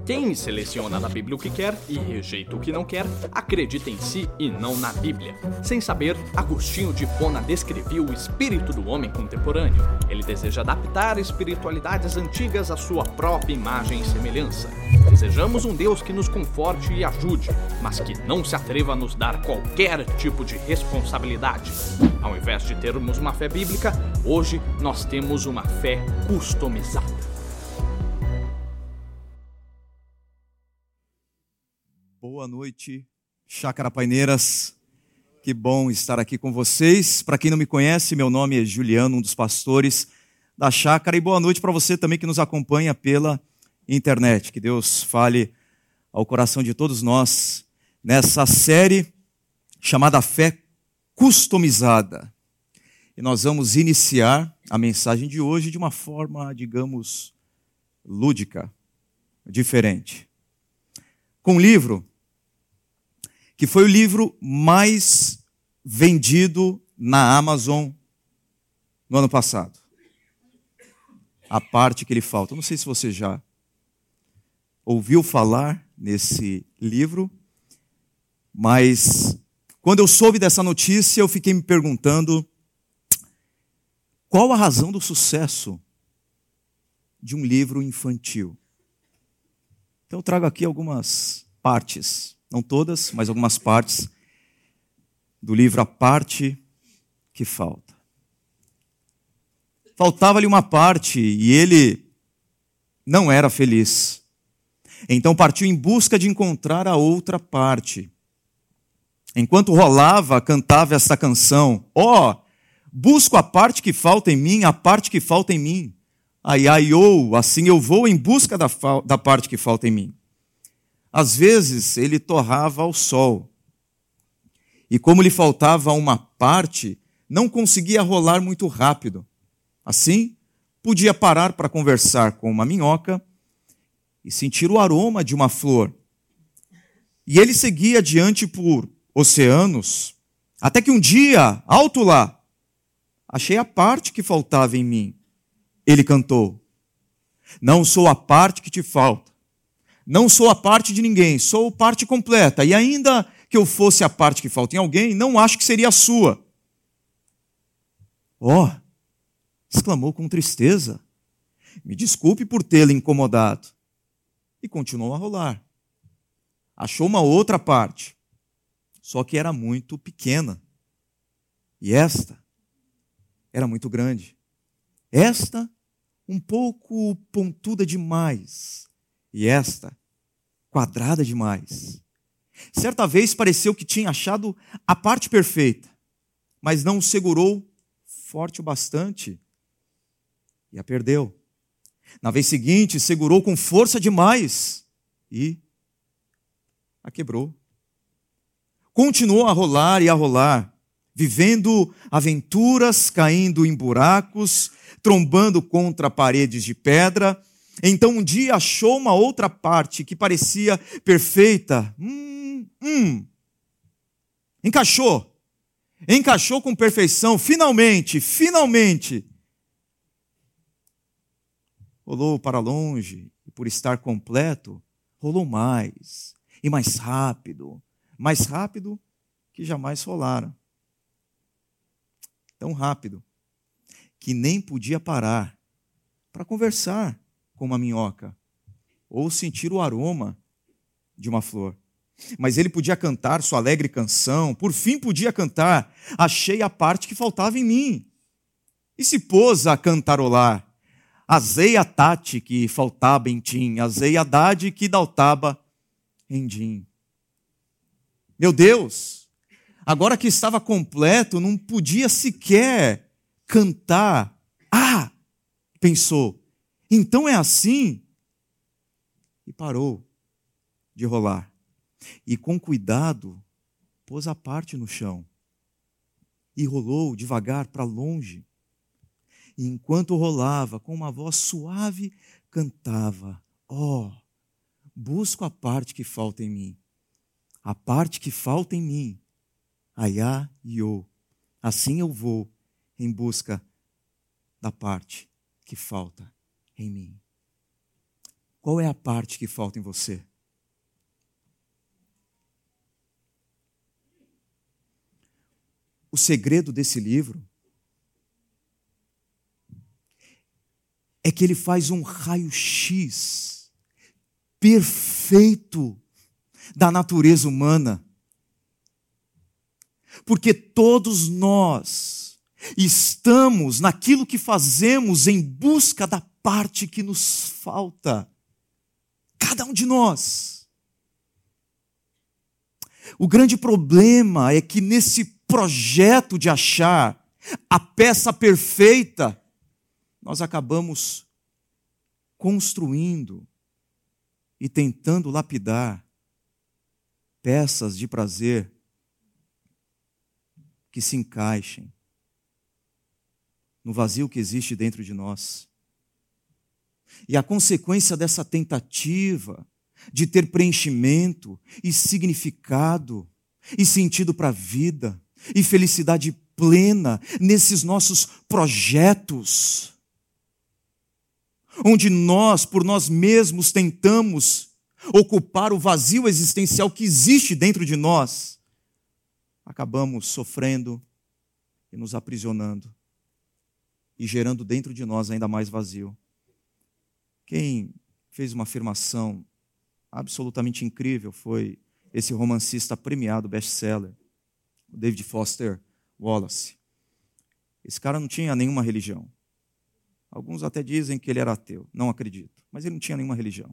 Quem seleciona da Bíblia o que quer e rejeita o que não quer, acredita em si e não na Bíblia. Sem saber, Agostinho de Hipona descrevia o espírito do homem contemporâneo. Ele deseja adaptar espiritualidades antigas à sua própria imagem e semelhança. Desejamos um Deus que nos conforte e ajude, mas que não se atreva a nos dar qualquer tipo de responsabilidade. Ao invés de termos uma fé bíblica, hoje nós temos uma fé customizada. Boa noite, Chácara Paineiras. Que bom estar aqui com vocês. Para quem não me conhece, meu nome é Juliano, um dos pastores da Chácara. E boa noite para você também que nos acompanha pela internet. Que Deus fale ao coração de todos nós nessa série chamada Fé Customizada. E nós vamos iniciar a mensagem de hoje de uma forma, digamos, lúdica, diferente. Com um livro que foi o livro mais vendido na Amazon no ano passado. A parte que lhe falta. Eu não sei se você já ouviu falar nesse livro, mas quando eu soube dessa notícia, eu fiquei me perguntando qual a razão do sucesso de um livro infantil. Então eu trago aqui algumas partes, não todas, mas algumas partes do livro A Parte que Falta. Faltava-lhe uma parte e ele não era feliz. Então partiu em busca de encontrar a outra parte. Enquanto rolava, cantava essa canção: busco a parte que falta em mim, a parte que falta em mim. Ai, ai, assim eu vou em busca da parte que falta em mim. Às vezes ele torrava ao sol. E como lhe faltava uma parte, não conseguia rolar muito rápido. Assim, podia parar para conversar com uma minhoca e sentir o aroma de uma flor. E ele seguia adiante por oceanos, até que um dia, alto lá, achei a parte que faltava em mim. Ele cantou: não sou a parte que te falta. Não sou a parte de ninguém, sou parte completa. E ainda que eu fosse a parte que falta em alguém, não acho que seria a sua. Exclamou com tristeza. Me desculpe por tê-lo incomodado. E continuou a rolar. Achou uma outra parte, só que era muito pequena. E esta era muito grande. Esta, um pouco pontuda demais. E esta, quadrada demais. Certa vez pareceu que tinha achado a parte perfeita, mas não o segurou forte o bastante e a perdeu. Na vez seguinte, segurou com força demais e a quebrou. Continuou a rolar e a rolar, vivendo aventuras, caindo em buracos, trombando contra paredes de pedra. Então um dia achou uma outra parte que parecia perfeita. Encaixou com perfeição, finalmente. Rolou para longe, e por estar completo, rolou mais, e mais rápido que jamais rolara. Tão rápido, que nem podia parar para conversar com uma minhoca, ou sentir o aroma de uma flor. Mas ele podia cantar sua alegre canção, por fim podia cantar: achei a parte que faltava em mim. E se pôs a cantarolar: azei a tate que faltava em tim, azei a dade que daltava em din. Meu Deus, agora que estava completo, não podia sequer cantar. Pensou, então é assim? E parou de rolar. E com cuidado, pôs a parte no chão. E rolou devagar para longe. E enquanto rolava, com uma voz suave, cantava: busco a parte que falta em mim. A parte que falta em mim. Aiá e assim eu vou em busca da parte que falta em mim. Qual é a parte que falta em você? O segredo desse livro é que ele faz um raio-x perfeito da natureza humana. Porque todos nós estamos naquilo que fazemos em busca da parte que nos falta. Cada um de nós. O grande problema é que nesse projeto de achar a peça perfeita, nós acabamos construindo e tentando lapidar peças de prazer que se encaixem no vazio que existe dentro de nós. E a consequência dessa tentativa de ter preenchimento e significado e sentido para a vida e felicidade plena nesses nossos projetos, onde nós, por nós mesmos, tentamos ocupar o vazio existencial que existe dentro de nós, acabamos sofrendo e nos aprisionando e gerando dentro de nós ainda mais vazio. Quem fez uma afirmação absolutamente incrível foi esse romancista premiado, best-seller, David Foster Wallace. Esse cara não tinha nenhuma religião. Alguns até dizem que ele era ateu, não acredito, mas ele não tinha nenhuma religião.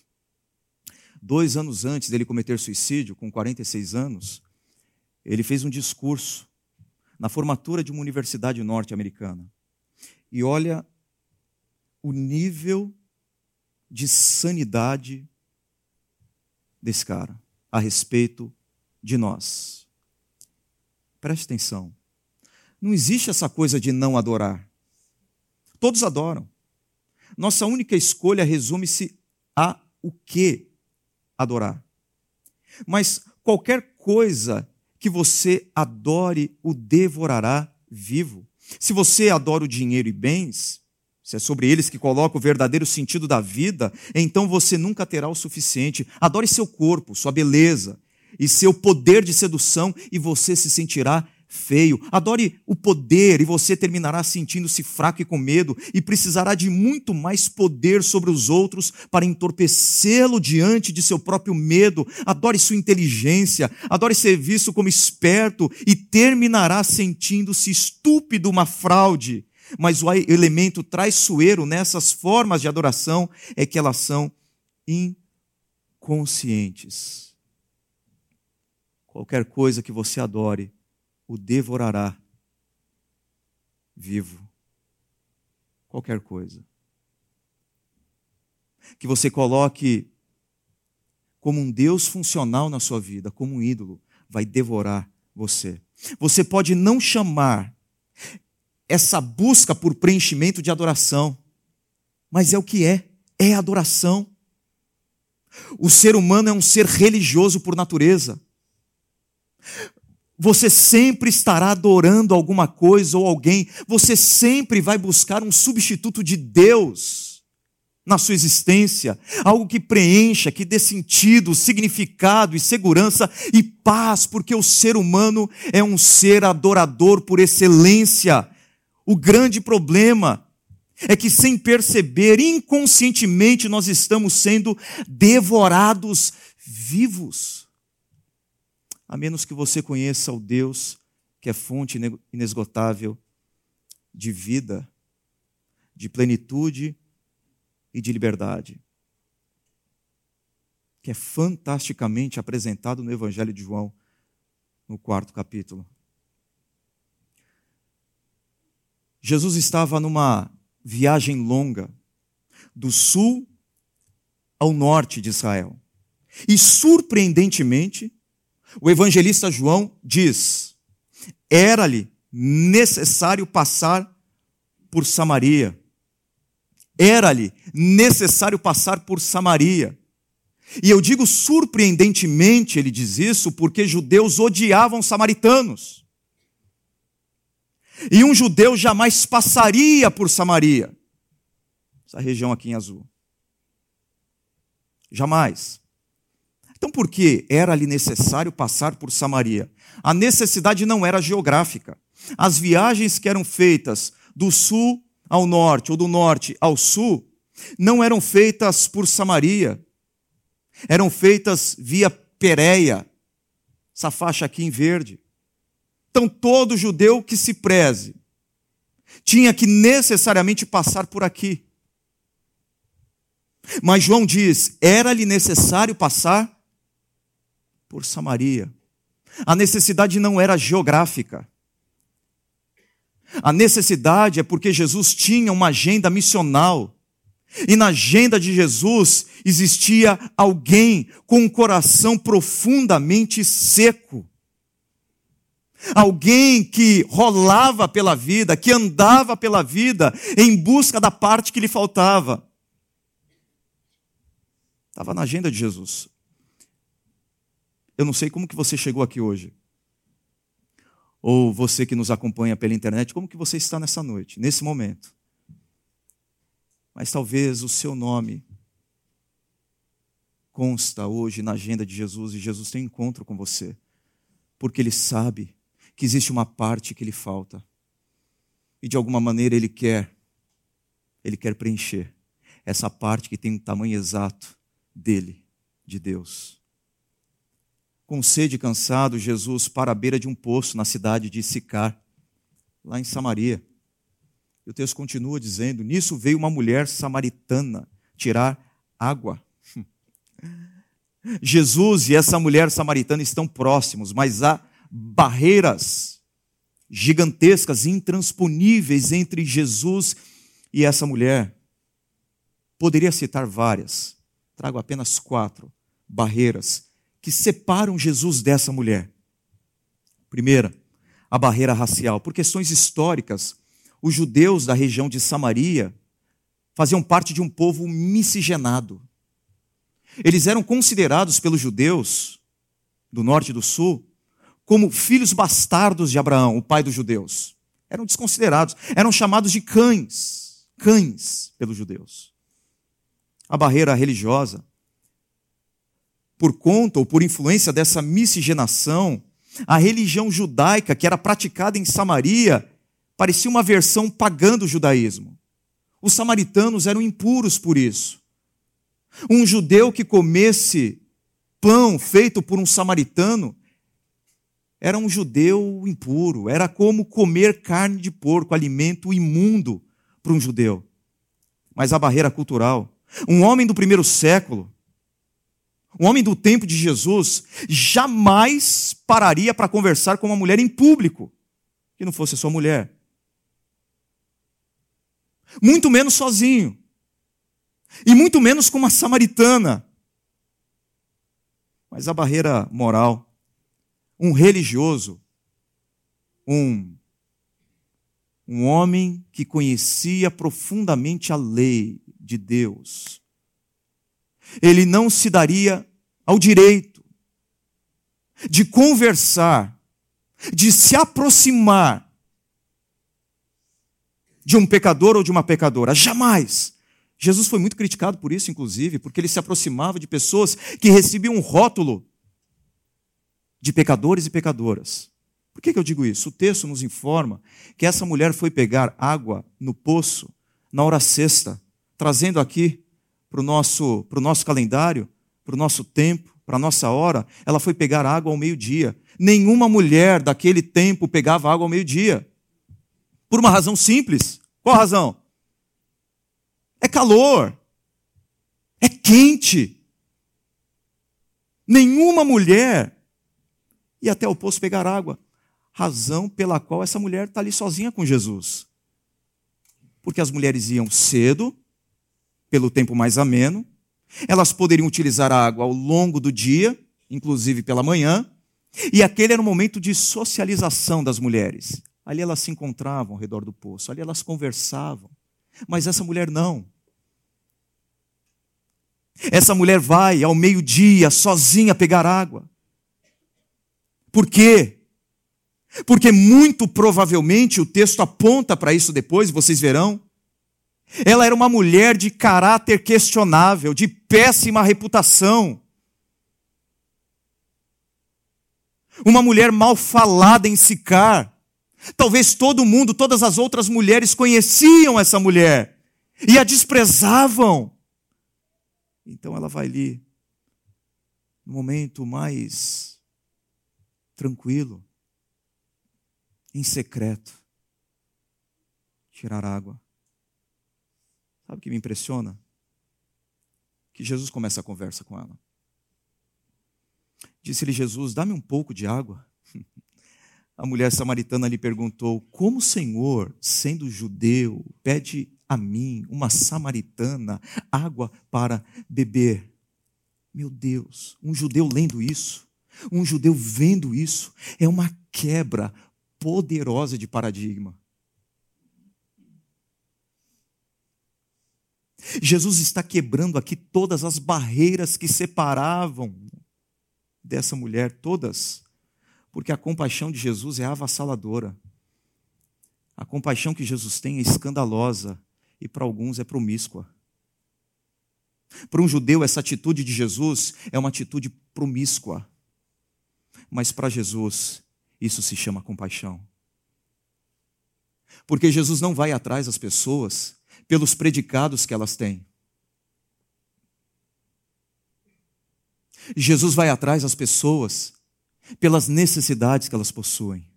2 anos antes dele cometer suicídio, com 46 anos, ele fez um discurso na formatura de uma universidade norte-americana. E olha o nível de sanidade desse cara a respeito de nós. Preste atenção. Não existe essa coisa de não adorar. Todos adoram. Nossa única escolha resume-se a o que adorar. Mas qualquer coisa que você adore o devorará vivo. Se você adora o dinheiro e bens, se é sobre eles que coloca o verdadeiro sentido da vida, então você nunca terá o suficiente. Adore seu corpo, sua beleza e seu poder de sedução e você se sentirá feio. Adore o poder e você terminará sentindo-se fraco e com medo e precisará de muito mais poder sobre os outros para entorpecê-lo diante de seu próprio medo. Adore sua inteligência, adore ser visto como esperto e terminará sentindo-se estúpido, uma fraude. Mas o elemento traiçoeiro nessas formas de adoração é que elas são inconscientes. Qualquer coisa que você adore o devorará vivo. Qualquer coisa que você coloque como um Deus funcional na sua vida, como um ídolo, vai devorar você. Você pode não chamar essa busca por preenchimento de adoração, mas é o que é adoração. O ser humano é um ser religioso por natureza. Você sempre estará adorando alguma coisa ou alguém. Você sempre vai buscar um substituto de Deus na sua existência. Algo que preencha, que dê sentido, significado e segurança e paz, porque o ser humano é um ser adorador por excelência. O grande problema é que, sem perceber, inconscientemente, nós estamos sendo devorados vivos. A menos que você conheça o Deus que é fonte inesgotável de vida, de plenitude e de liberdade, que é fantasticamente apresentado no Evangelho de João, no 4º capítulo. Jesus estava numa viagem longa, do sul ao norte de Israel. E, surpreendentemente, o evangelista João diz: era-lhe necessário passar por Samaria. Era-lhe necessário passar por Samaria. E eu digo surpreendentemente, ele diz isso, porque judeus odiavam samaritanos. E um judeu jamais passaria por Samaria. Essa região aqui em azul. Jamais. Então, por que era-lhe necessário passar por Samaria? A necessidade não era geográfica. As viagens que eram feitas do sul ao norte, ou do norte ao sul, não eram feitas por Samaria. Eram feitas via Pérea, essa faixa aqui em verde. Então, todo judeu que se preze tinha que necessariamente passar por aqui. Mas João diz, era-lhe necessário passar por Samaria. A necessidade não era geográfica. A necessidade é porque Jesus tinha uma agenda missional. E na agenda de Jesus existia alguém com um coração profundamente seco. Alguém que rolava pela vida, que andava pela vida em busca da parte que lhe faltava. Estava na agenda de Jesus. Eu não sei como que você chegou aqui hoje. Ou você que nos acompanha pela internet, como que você está nessa noite, nesse momento. Mas talvez o seu nome consta hoje na agenda de Jesus e Jesus tem um encontro com você. Porque Ele sabe que existe uma parte que lhe falta. E de alguma maneira Ele quer preencher essa parte que tem um tamanho exato dele, de Deus. Com sede e cansado, Jesus para a beira de um poço na cidade de Sicar, lá em Samaria. E o texto continua dizendo, nisso veio uma mulher samaritana tirar água. Jesus e essa mulher samaritana estão próximos, mas há barreiras gigantescas, intransponíveis entre Jesus e essa mulher. Poderia citar várias, trago apenas 4 barreiras que separam Jesus dessa mulher. Primeira, a barreira racial. Por questões históricas, os judeus da região de Samaria faziam parte de um povo miscigenado. Eles eram considerados pelos judeus do norte e do sul como filhos bastardos de Abraão, o pai dos judeus. Eram desconsiderados, eram chamados de cães pelos judeus. A barreira religiosa, por conta ou por influência dessa miscigenação, a religião judaica que era praticada em Samaria parecia uma versão pagã do judaísmo. Os samaritanos eram impuros por isso. Um judeu que comesse pão feito por um samaritano era um judeu impuro, era como comer carne de porco, alimento imundo para um judeu. Mas a barreira cultural, um homem do primeiro século, um homem do tempo de Jesus, jamais pararia para conversar com uma mulher em público, que não fosse sua mulher. Muito menos sozinho. E muito menos com uma samaritana. Mas a barreira moral, um religioso, um homem que conhecia profundamente a lei de Deus, ele não se daria ao direito de conversar, de se aproximar de um pecador ou de uma pecadora. Jamais. Jesus foi muito criticado por isso, inclusive, porque ele se aproximava de pessoas que recebiam um rótulo de pecadores e pecadoras. Por que eu digo isso? O texto nos informa que essa mulher foi pegar água no poço na hora sexta, trazendo aqui para o nosso calendário, para o nosso tempo, para a nossa hora, ela foi pegar água ao meio-dia. Nenhuma mulher daquele tempo pegava água ao meio-dia. Por uma razão simples. Qual a razão? É calor. É quente. Nenhuma mulher ia até o poço pegar água. Razão pela qual essa mulher está ali sozinha com Jesus. Porque as mulheres iam cedo, pelo tempo mais ameno, elas poderiam utilizar a água ao longo do dia, inclusive pela manhã, e aquele era um momento de socialização das mulheres. Ali elas se encontravam ao redor do poço, ali elas conversavam, mas essa mulher não. Essa mulher vai ao meio-dia sozinha pegar água. Por quê? Porque muito provavelmente o texto aponta para isso depois, vocês verão, Ela era uma mulher de caráter questionável, de péssima reputação. Uma mulher mal falada em Sicar. Talvez todo mundo, todas as outras mulheres conheciam essa mulher e a desprezavam. Então ela vai ali, no momento mais tranquilo, em secreto, tirar água. Sabe o que me impressiona? Que Jesus começa a conversa com ela. Disse-lhe Jesus: dá-me um pouco de água. A mulher samaritana lhe perguntou: como o Senhor, sendo judeu, pede a mim, uma samaritana, água para beber? Meu Deus, um judeu lendo isso, um judeu vendo isso, é uma quebra poderosa de paradigma. Jesus está quebrando aqui todas as barreiras que separavam dessa mulher, todas, porque a compaixão de Jesus é avassaladora. A compaixão que Jesus tem é escandalosa e para alguns é promíscua. Para um judeu, essa atitude de Jesus é uma atitude promíscua, mas para Jesus, isso se chama compaixão. Porque Jesus não vai atrás das pessoas pelos predicados que elas têm. Jesus vai atrás das pessoas pelas necessidades que elas possuem.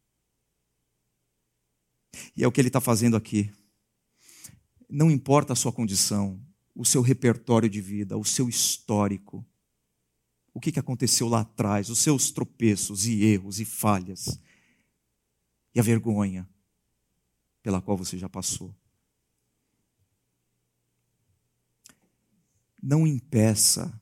E é o que ele está fazendo aqui. Não importa a sua condição, o seu repertório de vida, o seu histórico, o que aconteceu lá atrás, os seus tropeços e erros e falhas, e a vergonha pela qual você já passou. Não impeça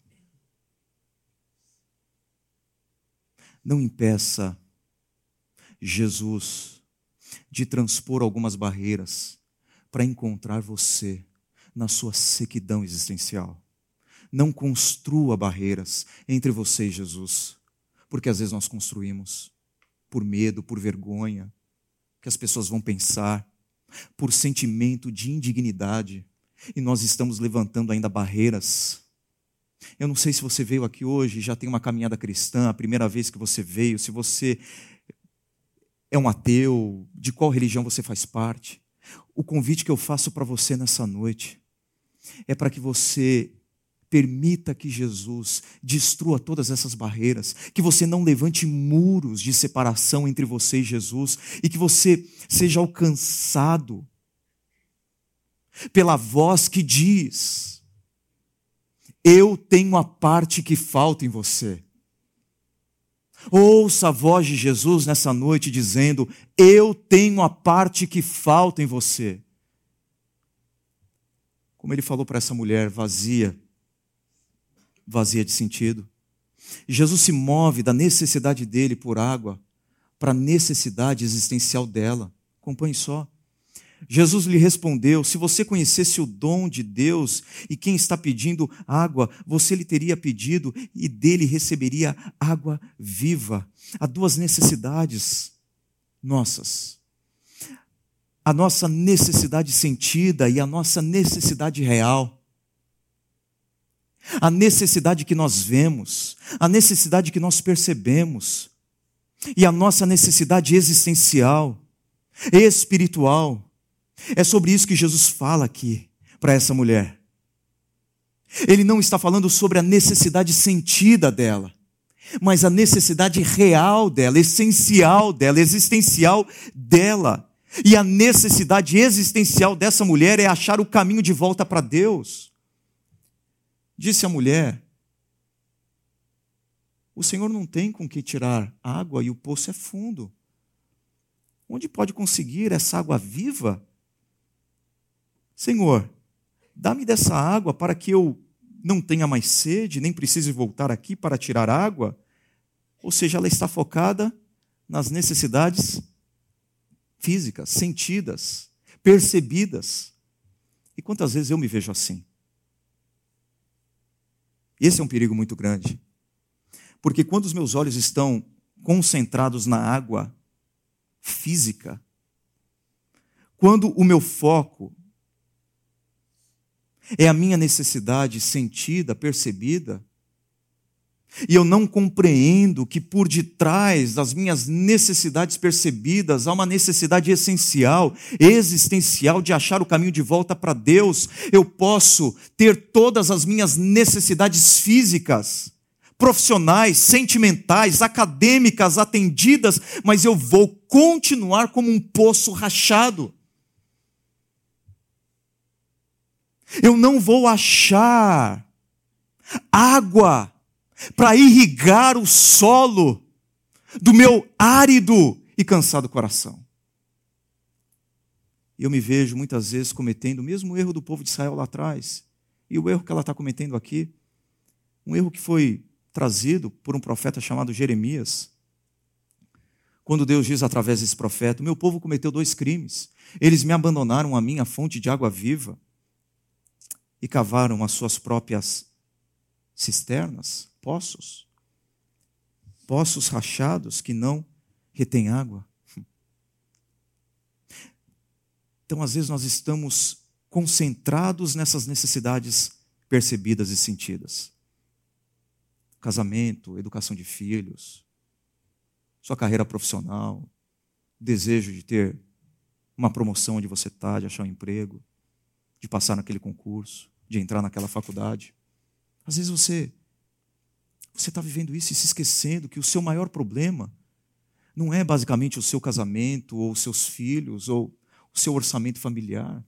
Jesus de transpor algumas barreiras para encontrar você na sua sequidão existencial. Não construa barreiras entre você e Jesus, porque às vezes nós construímos por medo, por vergonha, que as pessoas vão pensar, por sentimento de indignidade, e nós estamos levantando ainda barreiras. Eu não sei se você veio aqui hoje e já tem uma caminhada cristã, a primeira vez que você veio, se você é um ateu, de qual religião você faz parte. O convite que eu faço para você nessa noite é para que você permita que Jesus destrua todas essas barreiras, que você não levante muros de separação entre você e Jesus, e que você seja alcançado pela voz que diz: eu tenho a parte que falta em você. Ouça a voz de Jesus nessa noite dizendo: eu tenho a parte que falta em você. Como ele falou para essa mulher vazia de sentido. Jesus se move da necessidade dele por água para a necessidade existencial dela. Acompanhe só. Jesus lhe respondeu: se você conhecesse o dom de Deus e quem está pedindo água, você lhe teria pedido e dele receberia água viva. Há duas necessidades nossas. A nossa necessidade sentida e a nossa necessidade real. A necessidade que nós vemos, a necessidade que nós percebemos e a nossa necessidade existencial, espiritual. É sobre isso que Jesus fala aqui para essa mulher. Ele não está falando sobre a necessidade sentida dela, mas a necessidade real dela, essencial dela, existencial dela. E a necessidade existencial dessa mulher é achar o caminho de volta para Deus. Disse a mulher: o Senhor não tem com que tirar água e o poço é fundo. Onde pode conseguir essa água viva? Senhor, dá-me dessa água para que eu não tenha mais sede, nem precise voltar aqui para tirar água. Ou seja, ela está focada nas necessidades físicas, sentidas, percebidas. E quantas vezes eu me vejo assim? Esse é um perigo muito grande. Porque quando os meus olhos estão concentrados na água física, quando o meu foco É a minha necessidade sentida, percebida. E eu não compreendo que por detrás das minhas necessidades percebidas há uma necessidade essencial, existencial de achar o caminho de volta para Deus. Eu posso ter todas as minhas necessidades físicas, profissionais, sentimentais, acadêmicas atendidas, mas eu vou continuar como um poço rachado. Eu não vou achar água para irrigar o solo do meu árido e cansado coração. E eu me vejo muitas vezes cometendo o mesmo erro do povo de Israel lá atrás, e o erro que ela está cometendo aqui, um erro que foi trazido por um profeta chamado Jeremias, quando Deus diz através desse profeta: o meu povo cometeu 2 crimes, eles me abandonaram a minha fonte de água viva, e cavaram as suas próprias cisternas, poços rachados que não retêm água. Então, às vezes, nós estamos concentrados nessas necessidades percebidas e sentidas. Casamento, educação de filhos, sua carreira profissional, desejo de ter uma promoção onde você está, de achar um emprego, de passar naquele concurso, de entrar naquela faculdade. Às vezes você está vivendo isso e se esquecendo que o seu maior problema não é basicamente o seu casamento, ou os seus filhos, ou o seu orçamento familiar.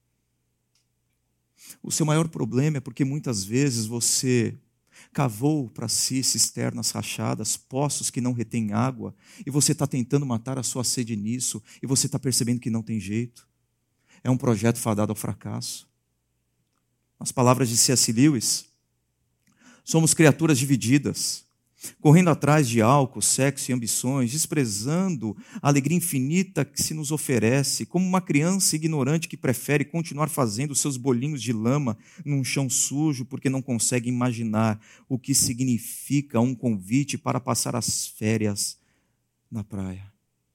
O seu maior problema é porque muitas vezes você cavou para si cisternas rachadas, poços que não retêm água, e você está tentando matar a sua sede nisso, e você está percebendo que não tem jeito. É um projeto fadado ao fracasso. As palavras de C.S. Lewis: somos criaturas divididas, correndo atrás de álcool, sexo e ambições, desprezando a alegria infinita que se nos oferece, como uma criança ignorante que prefere continuar fazendo seus bolinhos de lama num chão sujo porque não consegue imaginar o que significa um convite para passar as férias na praia.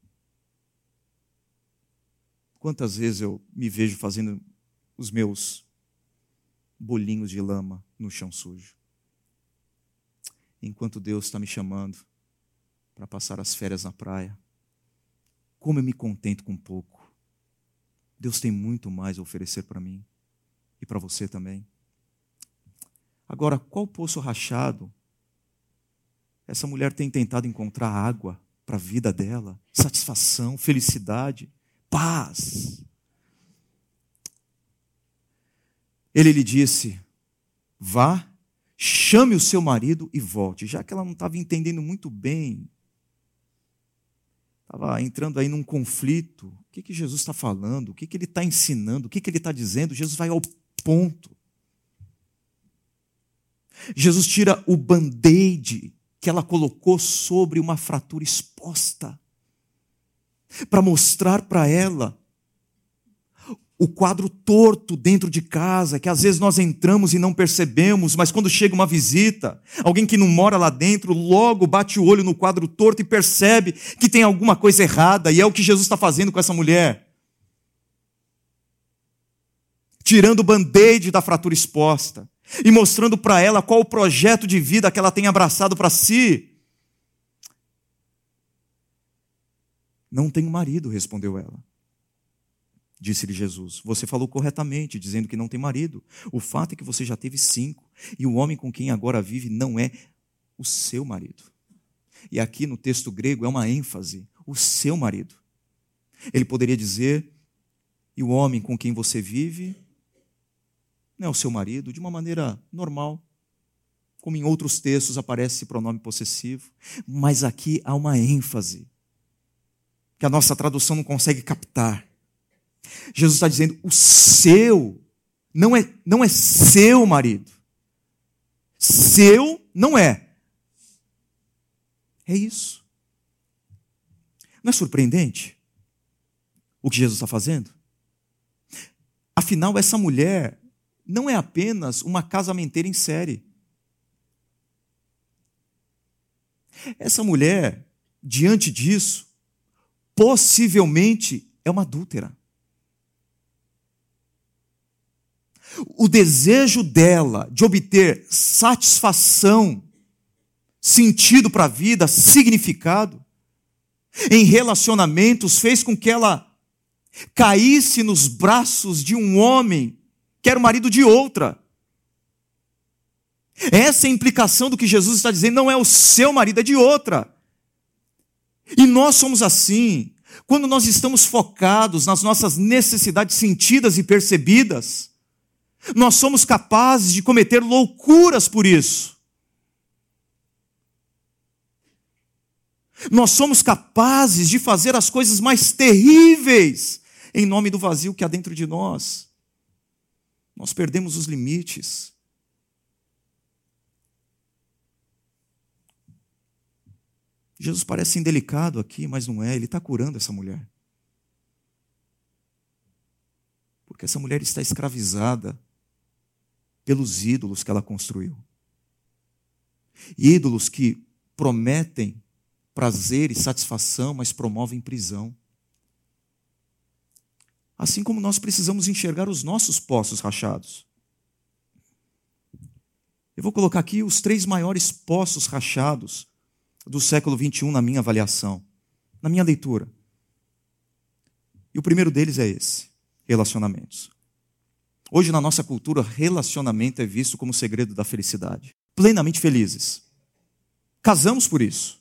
Quantas vezes eu me vejo fazendo os meus bolinhos de lama no chão sujo, enquanto Deus está me chamando para passar as férias na praia? Como eu me contento com pouco. Deus tem muito mais a oferecer para mim e para você também. Agora, qual poço rachado essa mulher tem tentado encontrar água para a vida dela? Satisfação, felicidade, paz. Ele lhe disse: vá, chame o seu marido e volte. Já que ela não estava entendendo muito bem, estava entrando aí num conflito. O que Jesus está falando? O que ele está ensinando? O que ele está dizendo? Jesus vai ao ponto. Jesus tira o band-aid que ela colocou sobre uma fratura exposta, para mostrar para ela o quadro torto dentro de casa, que às vezes nós entramos e não percebemos, mas quando chega uma visita, alguém que não mora lá dentro, logo bate o olho no quadro torto e percebe que tem alguma coisa errada, e é o que Jesus está fazendo com essa mulher. Tirando o band-aid da fratura exposta e mostrando para ela qual o projeto de vida que ela tem abraçado para si. Não tenho marido, respondeu ela. Disse-lhe Jesus: você falou corretamente, dizendo que não tem marido. O fato é que você já teve 5, e o homem com quem agora vive não é o seu marido. E aqui no texto grego é uma ênfase: o seu marido. Ele poderia dizer: e o homem com quem você vive não é o seu marido, de uma maneira normal, como em outros textos aparece esse pronome possessivo. Mas aqui há uma ênfase que a nossa tradução não consegue captar. Jesus está dizendo: o seu não é seu marido. Seu não é. É isso. Não é surpreendente o que Jesus está fazendo? Afinal, essa mulher não é apenas uma casamenteira em série. Essa mulher, diante disso, possivelmente é uma adúltera. O desejo dela de obter satisfação, sentido para a vida, significado, em relacionamentos, fez com que ela caísse nos braços de um homem que era o marido de outra. Essa é a implicação do que Jesus está dizendo, não é o seu marido, é de outra. E nós somos assim, quando nós estamos focados nas nossas necessidades sentidas e percebidas, nós somos capazes de cometer loucuras por isso. Nós somos capazes de fazer as coisas mais terríveis em nome do vazio que há dentro de nós. Nós perdemos os limites. Jesus parece indelicado aqui, mas não é. Ele está curando essa mulher. Porque essa mulher está escravizada pelos ídolos que ela construiu. Ídolos que prometem prazer e satisfação, mas promovem prisão. Assim como nós precisamos enxergar os nossos poços rachados. Eu vou colocar aqui os 3 maiores poços rachados do século XXI na minha avaliação, na minha leitura. E o primeiro deles é esse: relacionamentos. Hoje, na nossa cultura, relacionamento é visto como o segredo da felicidade. Plenamente felizes. Casamos por isso.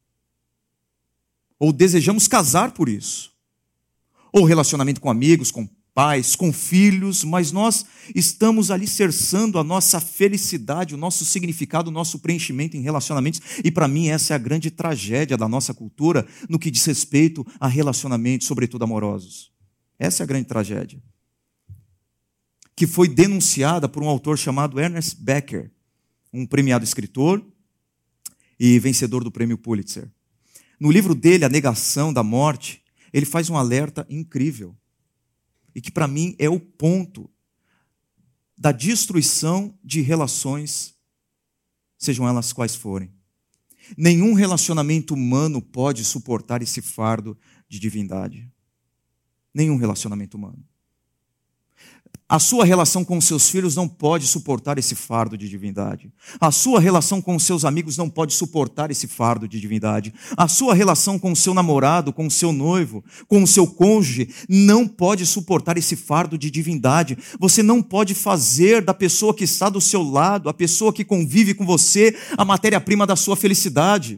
Ou desejamos casar por isso. Ou relacionamento com amigos, com pais, com filhos, mas nós estamos alicerçando a nossa felicidade, o nosso significado, o nosso preenchimento em relacionamentos. E para mim essa é a grande tragédia da nossa cultura no que diz respeito a relacionamentos, sobretudo amorosos. Essa é a grande tragédia. Que foi denunciada por um autor chamado Ernest Becker, um premiado escritor e vencedor do prêmio Pulitzer. No livro dele, A Negação da Morte, ele faz um alerta incrível. E que para mim é o ponto da destruição de relações, sejam elas quais forem. Nenhum relacionamento humano pode suportar esse fardo de divindade. Nenhum relacionamento humano. A sua relação com os seus filhos não pode suportar esse fardo de divindade. A sua relação com os seus amigos não pode suportar esse fardo de divindade. A sua relação com o seu namorado, com o seu noivo, com o seu cônjuge, não pode suportar esse fardo de divindade. Você não pode fazer da pessoa que está do seu lado, a pessoa que convive com você, a matéria-prima da sua felicidade.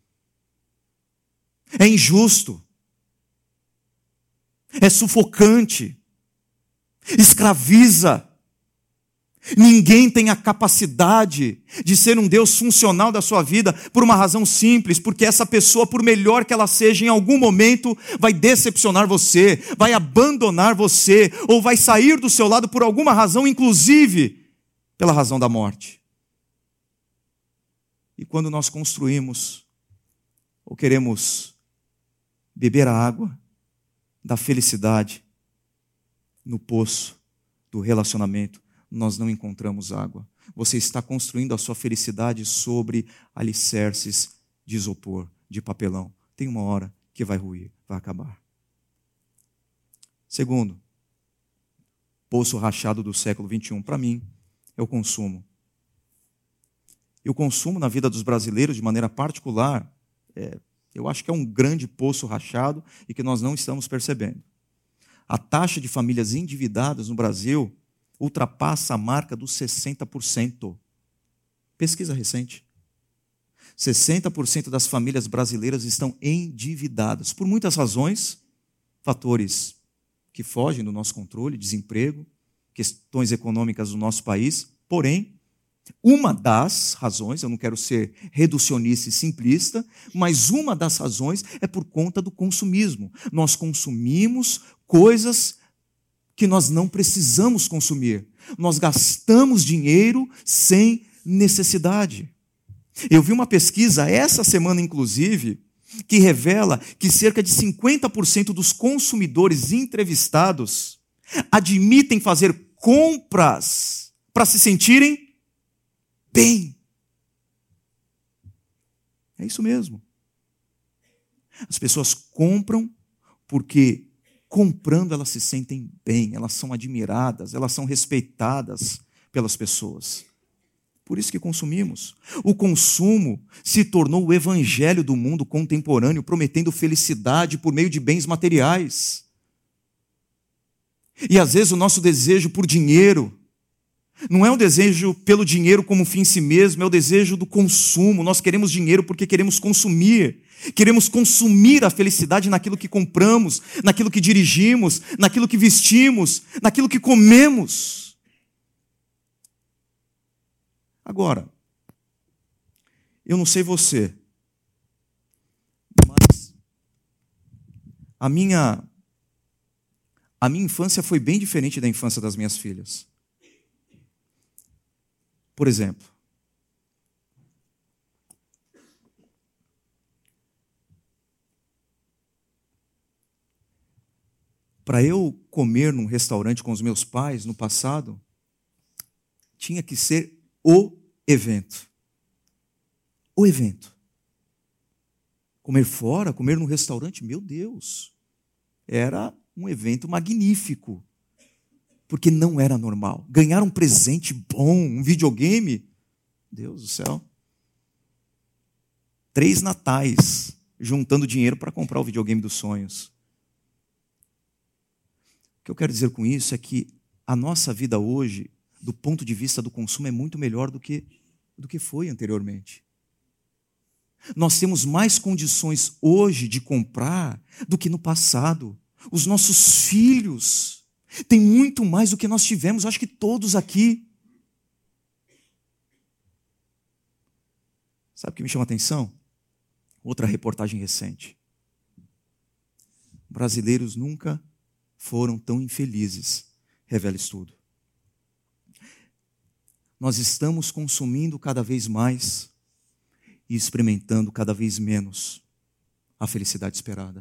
É injusto. É sufocante. Escraviza. Ninguém tem a capacidade de ser um Deus funcional da sua vida por uma razão simples, porque essa pessoa, por melhor que ela seja, em algum momento vai decepcionar você, vai abandonar você, ou vai sair do seu lado por alguma razão, inclusive pela razão da morte. E quando nós construímos ou queremos beber a água da felicidade no poço do relacionamento, nós não encontramos água. Você está construindo a sua felicidade sobre alicerces de isopor, de papelão. Tem uma hora que vai ruir, vai acabar. Segundo, poço rachado do século XXI, para mim, é o consumo. E o consumo na vida dos brasileiros, de maneira particular, eu acho que é um grande poço rachado e que nós não estamos percebendo. A taxa de famílias endividadas no Brasil ultrapassa a marca dos 60%. Pesquisa recente. 60% das famílias brasileiras estão endividadas, por muitas razões, fatores que fogem do nosso controle, desemprego, questões econômicas do nosso país, porém, uma das razões, eu não quero ser reducionista e simplista, mas uma das razões é por conta do consumismo. Nós consumimos coisas que nós não precisamos consumir. Nós gastamos dinheiro sem necessidade. Eu vi uma pesquisa essa semana, inclusive, que revela que cerca de 50% dos consumidores entrevistados admitem fazer compras para se sentirem bem. É isso mesmo. As pessoas compram porque comprando, elas se sentem bem, elas são admiradas, elas são respeitadas pelas pessoas. Por isso que consumimos. O consumo se tornou o evangelho do mundo contemporâneo, prometendo felicidade por meio de bens materiais. E às vezes o nosso desejo por dinheiro não é um desejo pelo dinheiro como fim em si mesmo, é o desejo do consumo. Nós queremos dinheiro porque queremos consumir. Queremos consumir a felicidade naquilo que compramos, naquilo que dirigimos, naquilo que vestimos, naquilo que comemos. Agora, eu não sei você, mas a minha infância foi bem diferente da infância das minhas filhas. Por exemplo, para eu comer num restaurante com os meus pais no passado, tinha que ser o evento. O evento. Comer fora, comer num restaurante, meu Deus, era um evento magnífico. Porque não era normal. Ganhar um presente bom, um videogame, Deus do céu. 3 natais, juntando dinheiro para comprar o videogame dos sonhos. O que eu quero dizer com isso é que a nossa vida hoje, do ponto de vista do consumo, é muito melhor do que foi anteriormente. Nós temos mais condições hoje de comprar do que no passado. Os nossos filhos têm muito mais do que nós tivemos, acho que todos aqui. Sabe o que me chama a atenção? Outra reportagem recente. Brasileiros nunca foram tão infelizes, revela estudo. Nós estamos consumindo cada vez mais e experimentando cada vez menos a felicidade esperada.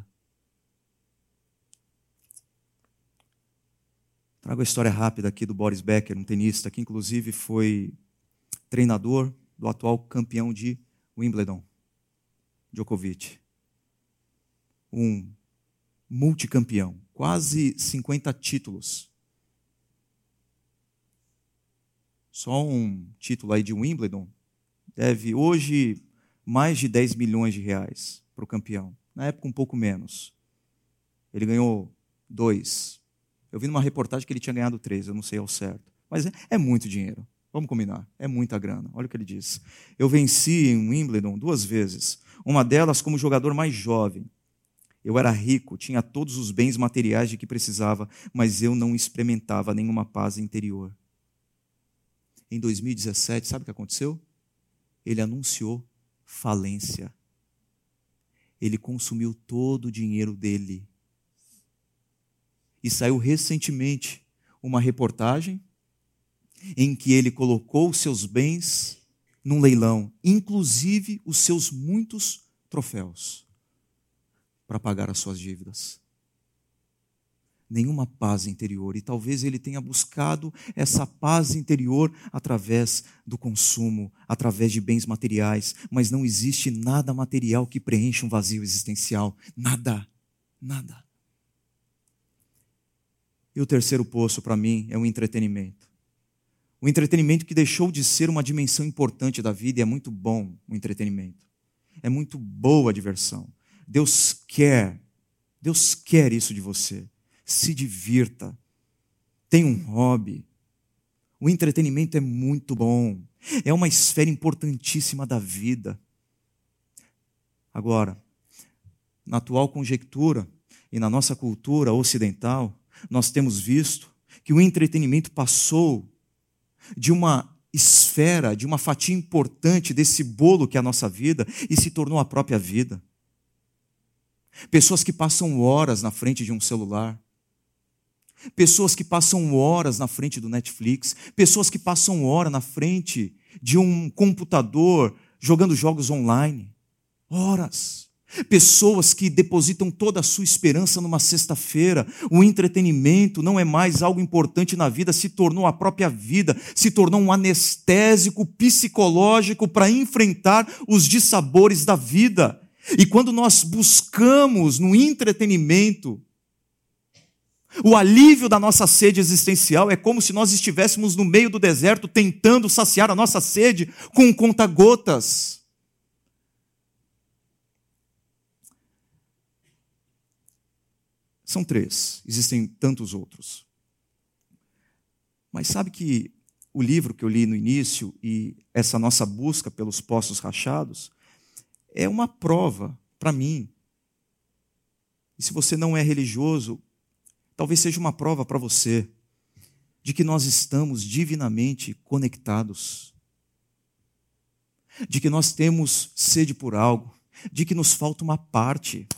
Trago a história rápida aqui do Boris Becker, um tenista que inclusive foi treinador do atual campeão de Wimbledon, Djokovic. Um multicampeão, quase 50 títulos. Só um título aí de Wimbledon deve hoje mais de 10 milhões de reais para o campeão. Na época um pouco menos. Ele ganhou 2. Eu vi numa reportagem que ele tinha ganhado 3, eu não sei ao certo. Mas é muito dinheiro, vamos combinar, é muita grana. Olha o que ele diz. Eu venci em Wimbledon 2 vezes, uma delas como jogador mais jovem. Eu era rico, tinha todos os bens materiais de que precisava, mas eu não experimentava nenhuma paz interior. Em 2017, sabe o que aconteceu? Ele anunciou falência. Ele consumiu todo o dinheiro dele. E saiu recentemente uma reportagem em que ele colocou os seus bens num leilão, inclusive os seus muitos troféus, para pagar as suas dívidas. Nenhuma paz interior. E talvez ele tenha buscado essa paz interior através do consumo, através de bens materiais. Mas não existe nada material que preencha um vazio existencial. Nada. Nada. E o terceiro poço, para mim, é o entretenimento. O entretenimento que deixou de ser uma dimensão importante da vida, e é muito bom o entretenimento. É muito boa a diversão. Deus quer isso de você. Se divirta. Tenha um hobby. O entretenimento é muito bom. É uma esfera importantíssima da vida. Agora, na atual conjectura e na nossa cultura ocidental, nós temos visto que o entretenimento passou de uma esfera, de uma fatia importante desse bolo que é a nossa vida e se tornou a própria vida. Pessoas que passam horas na frente de um celular. Pessoas que passam horas na frente do Netflix. Pessoas que passam horas na frente de um computador jogando jogos online. Horas. Pessoas que depositam toda a sua esperança numa sexta-feira. O entretenimento não é mais algo importante na vida, se tornou a própria vida, se tornou um anestésico psicológico para enfrentar os dissabores da vida. E quando nós buscamos no entretenimento O alívio da nossa sede existencial é como se nós estivéssemos no meio do deserto tentando saciar a nossa sede com um conta-gotas. São 3, existem tantos outros. Mas sabe que o livro que eu li no início e essa nossa busca pelos poços rachados é uma prova para mim. E se você não é religioso, talvez seja uma prova para você de que nós estamos divinamente conectados, de que nós temos sede por algo, de que nos falta uma parte.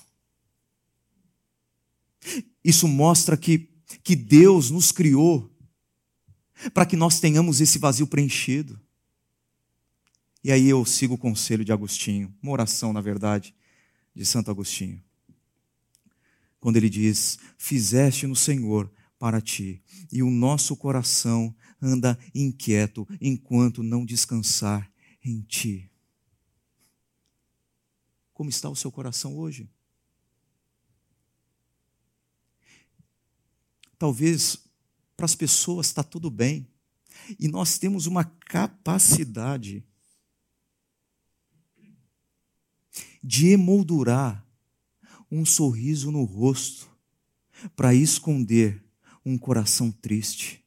Isso mostra que Deus nos criou para que nós tenhamos esse vazio preenchido. E aí eu sigo o conselho de Agostinho, uma oração, na verdade, de Santo Agostinho. Quando ele diz: fizeste no Senhor para ti, e o nosso coração anda inquieto enquanto não descansar em ti. Como está o seu coração hoje? Talvez para as pessoas está tudo bem, e nós temos uma capacidade de emoldurar um sorriso no rosto para esconder um coração triste.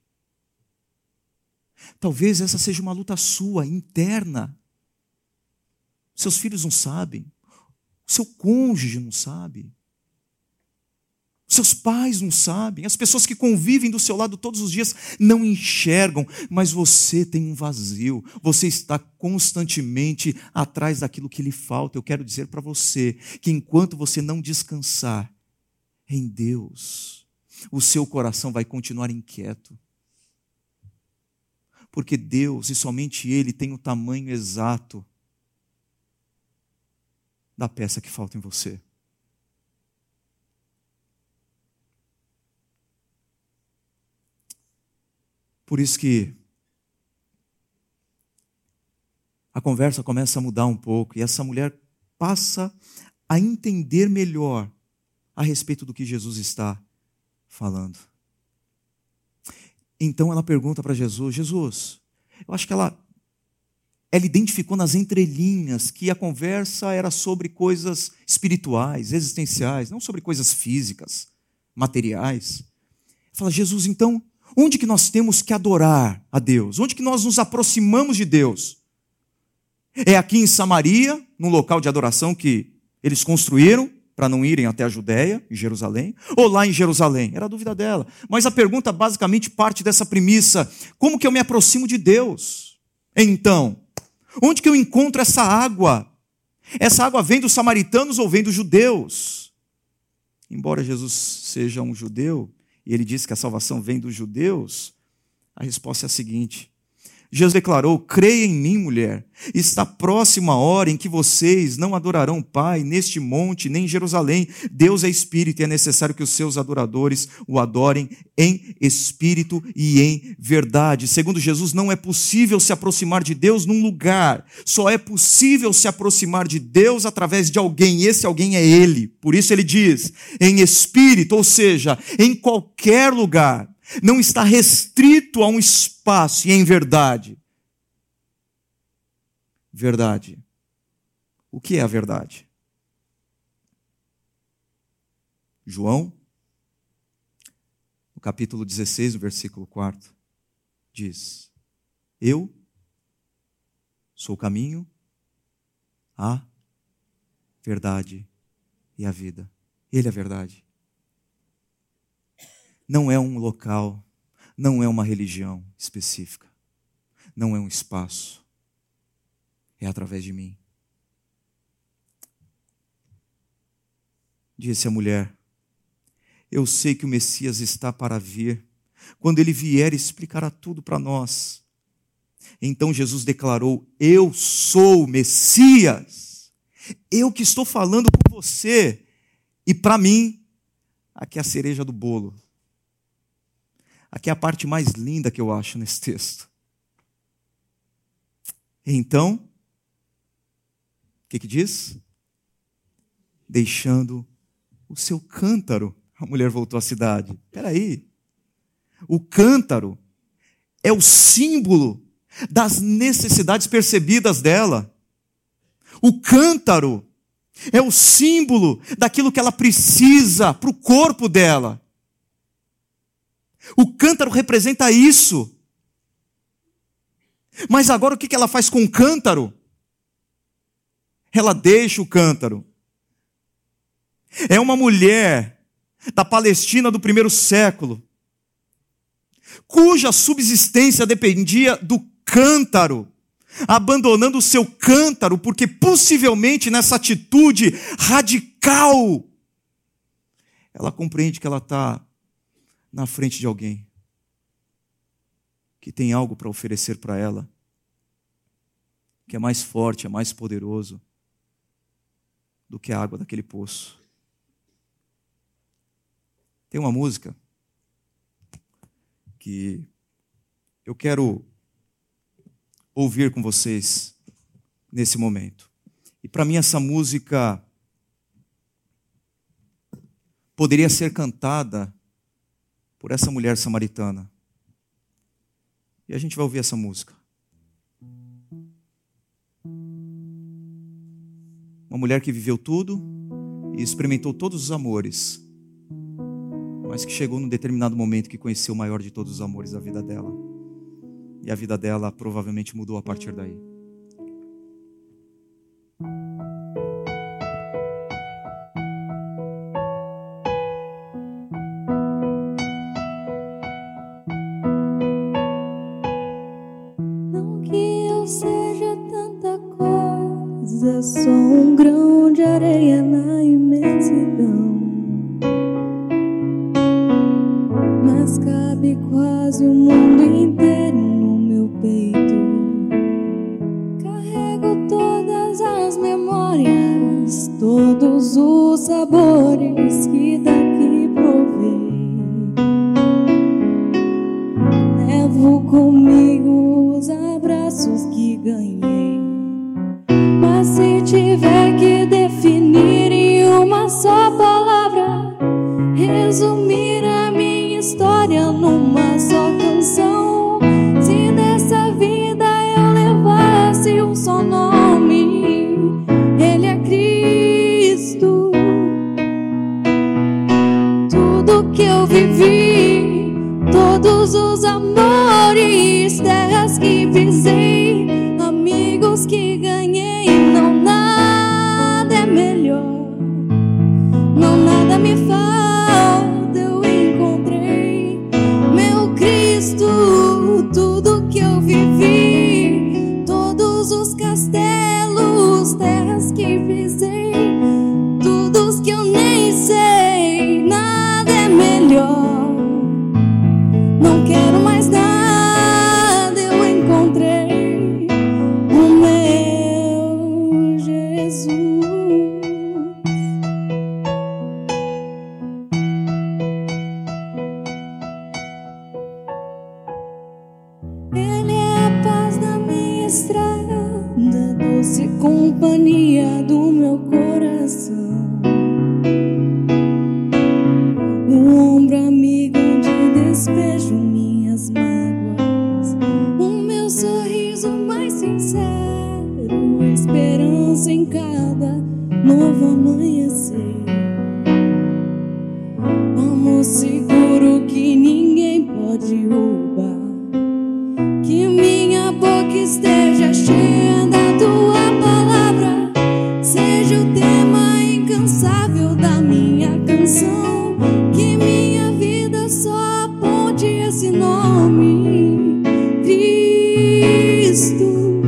Talvez essa seja uma luta sua, interna. Seus filhos não sabem, o seu cônjuge não sabe, seus pais não sabem, as pessoas que convivem do seu lado todos os dias não enxergam, mas você tem um vazio, você está constantemente atrás daquilo que lhe falta. Eu quero dizer para você que enquanto você não descansar em Deus, o seu coração vai continuar inquieto. Porque Deus, e somente Ele, tem o tamanho exato da peça que falta em você. Por isso que a conversa começa a mudar um pouco e essa mulher passa a entender melhor a respeito do que Jesus está falando. Então ela pergunta para Jesus: Jesus, eu acho que ela identificou nas entrelinhas que a conversa era sobre coisas espirituais, existenciais, não sobre coisas físicas, materiais. Fala: Jesus, então, onde que nós temos que adorar a Deus? Onde que nós nos aproximamos de Deus? É aqui em Samaria, num local de adoração que eles construíram para não irem até a Judéia, em Jerusalém, ou lá em Jerusalém? Era a dúvida dela. Mas a pergunta basicamente parte dessa premissa: como que eu me aproximo de Deus? Então, onde que eu encontro essa água? Essa água vem dos samaritanos ou vem dos judeus? Embora Jesus seja um judeu, e ele disse que a salvação vem dos judeus, a resposta é a seguinte: Jesus declarou: creia em mim, mulher, está próxima a hora em que vocês não adorarão o Pai neste monte, nem em Jerusalém. Deus é espírito e é necessário que os seus adoradores o adorem em espírito e em verdade. Segundo Jesus, não é possível se aproximar de Deus num lugar, só é possível se aproximar de Deus através de alguém, e esse alguém é Ele. Por isso ele diz, em espírito, ou seja, em qualquer lugar. Não está restrito a um espaço, e em verdade. Verdade. O que é a verdade? João, no capítulo 16, no versículo 4, diz: eu sou o caminho, a verdade e a vida. Ele é a verdade. Não é um local, não é uma religião específica, não é um espaço, é através de mim. Disse a mulher: eu sei que o Messias está para vir, quando ele vier explicará tudo para nós. Então Jesus declarou: eu sou o Messias, eu que estou falando com você, e para mim, aqui é a cereja do bolo. Aqui é a parte mais linda que eu acho nesse texto. Então, o que diz? Deixando o seu cântaro A mulher voltou à cidade. Espera aí. O cântaro é o símbolo das necessidades percebidas dela. O cântaro é o símbolo daquilo que ela precisa para o corpo dela. O cântaro representa isso. Mas agora o que ela faz com o cântaro? Ela deixa o cântaro. É uma mulher da Palestina do primeiro século, cuja subsistência dependia do cântaro, abandonando o seu cântaro, porque possivelmente nessa atitude radical, ela compreende que ela está na frente de alguém que tem algo para oferecer para ela, que é mais forte, é mais poderoso do que a água daquele poço. Tem uma música que eu quero ouvir com vocês nesse momento. E para mim essa música poderia ser cantada por essa mulher samaritana. E a gente vai ouvir essa música. Uma mulher que viveu tudo e experimentou todos os amores, mas que chegou num determinado momento que conheceu o maior de todos os amores da vida dela. E a vida dela provavelmente mudou a partir daí. Não que eu seja tanta coisa, sou um grão de areia na imensidão. Mas cabe quase o mundo inteiro no meu peito. Carrego todas as memórias, todos os sabores que daqui provei. Levo comigo os abraços que ganhei. Mas se tiver que definir em uma só palavra, resumir a minha história numa só canção, se dessa vida eu levasse um só nome, Ele é Cristo. Tudo que eu vivi, todos os amores, terras que pisei, amigos que ganhei, não nada é melhor, não nada me falta, eu encontrei meu Cristo. Tudo que eu vivi, todos os castelos, terras que pisei, todos que eu nem sei, nada é melhor, não quero mais nada, eu encontrei o meu Jesus. Ele é a paz da minha estrada, doce companhia do meu coração, o ombro amigo onde despejo minhas mágoas, o meu sorriso mais sincero, esperança em cada novo amanhecer, amor seguro que ninguém pode roubar, que minha boca esteja cheia da tua palavra, seja o tema incansável da minha canção, que minha vida só aponte esse nome, Cristo.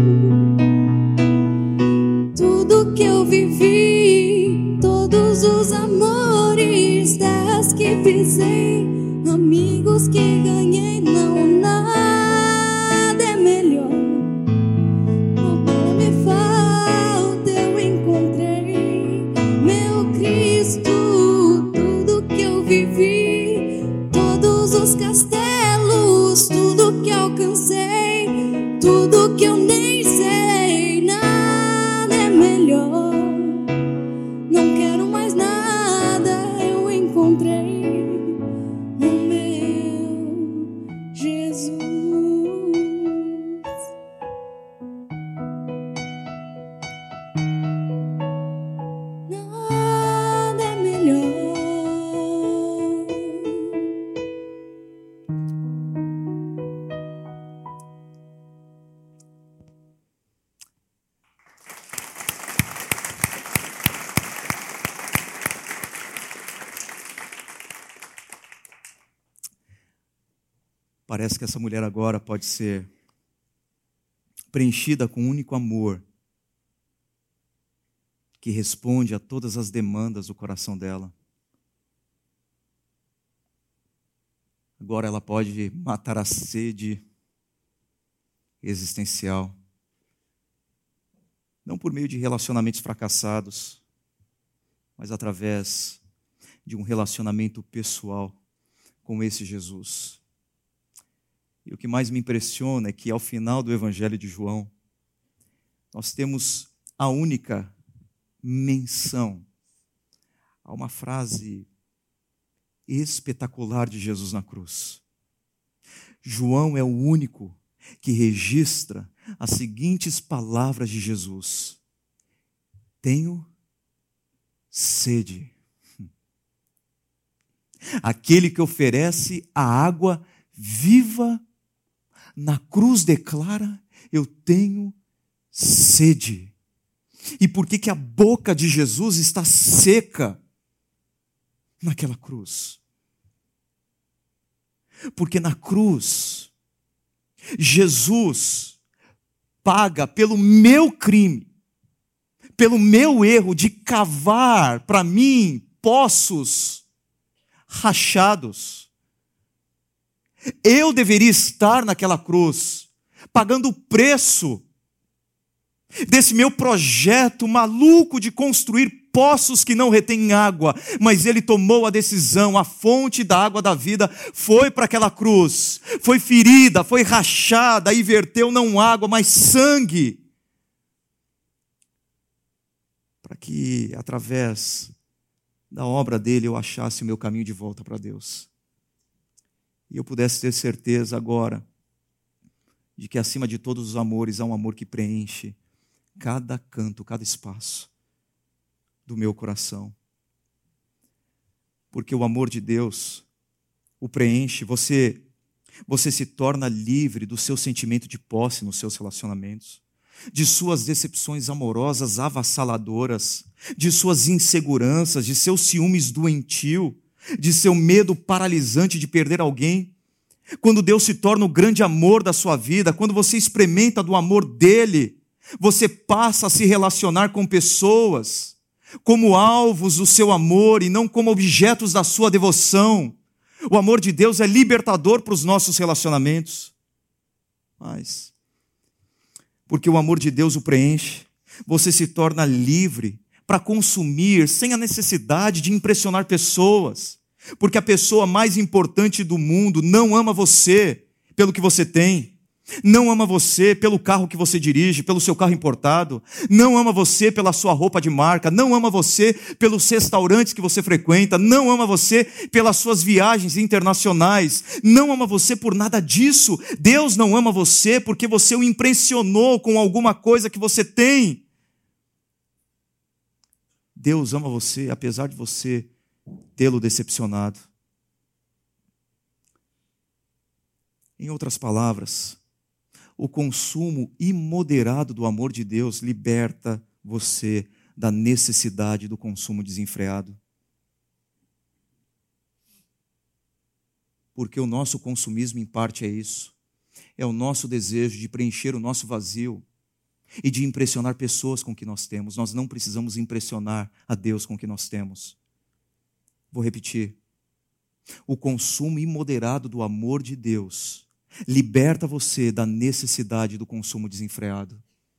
Tudo que eu vivi, todos os amores, terras que pisei, amigos que ganhei, não nada é melhor, nada me falta, eu encontrei meu Cristo. Tudo que eu vivi, todos os castelos, tudo que alcancei, tudo que eu nem sei, nada é melhor, não quero mais nada, eu encontrei Nada é melhor. Parece que essa mulher agora pode ser preenchida com um único amor que responde a todas as demandas do coração dela. Agora ela pode matar a sede existencial, não por meio de relacionamentos fracassados, mas através de um relacionamento pessoal com esse Jesus. E o que mais me impressiona é que ao final do Evangelho de João, nós temos a única menção a uma frase espetacular de Jesus na cruz. João é o único que registra as seguintes palavras de Jesus: tenho sede. Aquele que oferece a água viva na cruz declara: eu tenho sede. E por que a boca de Jesus está seca naquela cruz? Porque na cruz, Jesus paga pelo meu crime, pelo meu erro de cavar para mim poços rachados. Eu deveria estar naquela cruz, pagando o preço desse meu projeto maluco de construir poços que não retêm água, mas ele tomou a decisão, a fonte da água da vida foi para aquela cruz, foi ferida, foi rachada e verteu não água, mas sangue, para que através da obra dele eu achasse o meu caminho de volta para Deus. E eu pudesse ter certeza agora de que acima de todos os amores há um amor que preenche cada canto, cada espaço do meu coração. Porque o amor de Deus o preenche, você se torna livre do seu sentimento de posse nos seus relacionamentos, de suas decepções amorosas avassaladoras, de suas inseguranças, de seus ciúmes doentio, de seu medo paralisante de perder alguém. Quando Deus se torna o grande amor da sua vida, quando você experimenta do amor dele, você passa a se relacionar com pessoas como alvos do seu amor e não como objetos da sua devoção. O amor de Deus é libertador para os nossos relacionamentos. Mas, porque o amor de Deus o preenche, você se torna livre para consumir sem a necessidade de impressionar pessoas. Porque a pessoa mais importante do mundo não ama você pelo que você tem, não ama você pelo carro que você dirige, pelo seu carro importado, não ama você pela sua roupa de marca, não ama você pelos restaurantes que você frequenta, não ama você pelas suas viagens internacionais, não ama você por nada disso. Deus não ama você porque você o impressionou com alguma coisa que você tem. Deus ama você apesar de você tê-lo decepcionado. Em outras palavras, o consumo imoderado do amor de Deus liberta você da necessidade do consumo desenfreado. Porque o nosso consumismo, em parte, é isso. É o nosso desejo de preencher o nosso vazio e de impressionar pessoas com o que nós temos. Nós não precisamos impressionar a Deus com o que nós temos. Vou repetir. O consumo imoderado do amor de Deus liberta você da necessidade do consumo desenfreado.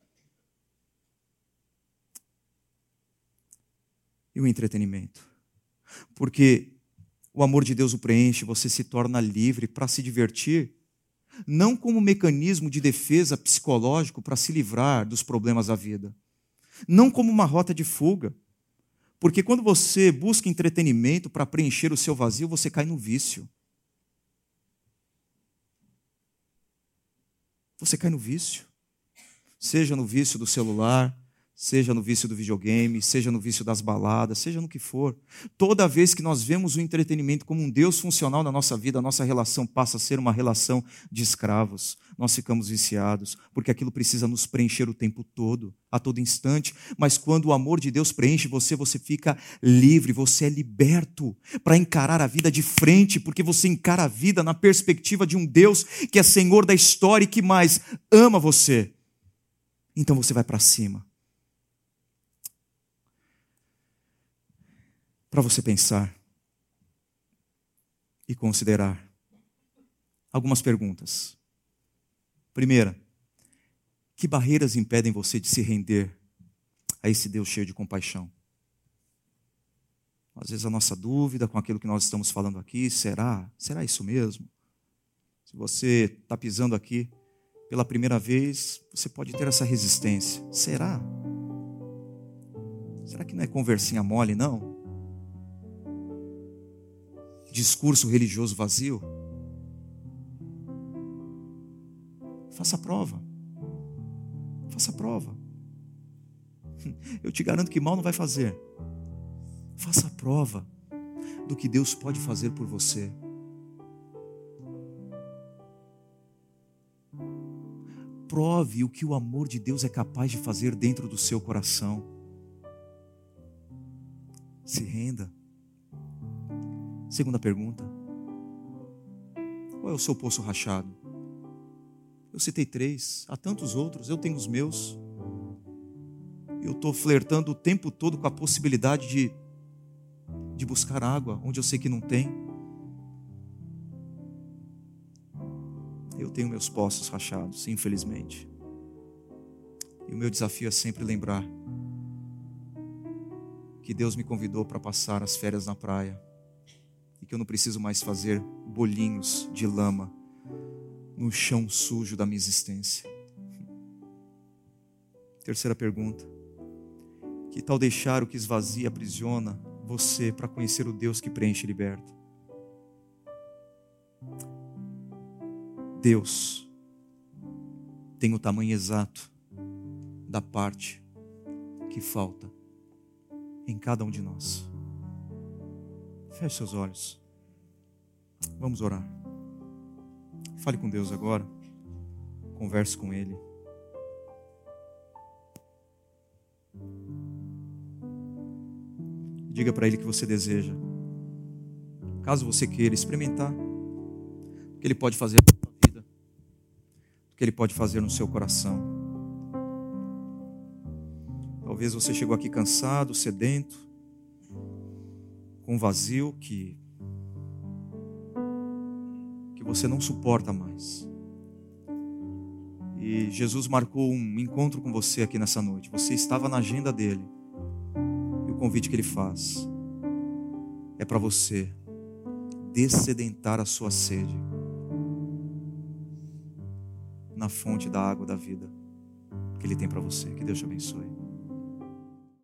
E o entretenimento. Porque o amor de Deus o preenche, você se torna livre para se divertir, não como mecanismo de defesa psicológico para se livrar dos problemas da vida, não como uma rota de fuga. Porque quando você busca entretenimento para preencher o seu vazio, você cai no vício. Você cai no vício. Seja no vício do celular, Seja no vício do videogame, seja no vício das baladas, seja no que for. Toda vez que nós vemos o entretenimento como um Deus funcional na nossa vida, a nossa relação passa a ser uma relação de escravos. Nós ficamos viciados, porque aquilo precisa nos preencher o tempo todo, a todo instante. Mas quando o amor de Deus preenche você, você fica livre, você é liberto para encarar a vida de frente, porque você encara a vida na perspectiva de um Deus que é Senhor da história e que mais ama você. Então você vai para cima. Para você pensar e considerar algumas perguntas. Primeira, que barreiras impedem você de se render a esse Deus cheio de compaixão? Às vezes a nossa dúvida com aquilo que nós estamos falando aqui, será isso mesmo? Se você está pisando aqui pela primeira vez, você pode ter essa resistência. Será? Será que não é conversinha mole, não? Discurso religioso vazio? Faça a prova. Faça a prova. Eu te garanto que mal não vai fazer. Faça a prova do que Deus pode fazer por você. Prove o que o amor de Deus é capaz de fazer dentro do seu coração. Se renda. Segunda pergunta. Qual é o seu poço rachado? Eu citei 3, há tantos outros, eu tenho os meus. Eu estou flertando o tempo todo com a possibilidade de buscar água onde eu sei que não tem. Eu tenho meus poços rachados, infelizmente. E o meu desafio é sempre lembrar que Deus me convidou para passar as férias na praia. E que eu não preciso mais fazer bolinhos de lama no chão sujo da minha existência. Terceira pergunta. Que tal deixar o que esvazia e aprisiona você para conhecer o Deus que preenche e liberta? Deus tem o tamanho exato da parte que falta em cada um de nós. Feche seus olhos. Vamos orar. Fale com Deus agora. Converse com Ele. Diga para Ele que você deseja. Caso você queira experimentar o que Ele pode fazer na sua vida, o que Ele pode fazer no seu coração. Talvez você chegou aqui cansado, sedento, com um vazio que você não suporta mais. E Jesus marcou um encontro com você aqui nessa noite. Você estava na agenda dele. E o convite que ele faz é para você dessedentar a sua sede na fonte da água da vida que ele tem para você. Que Deus te abençoe.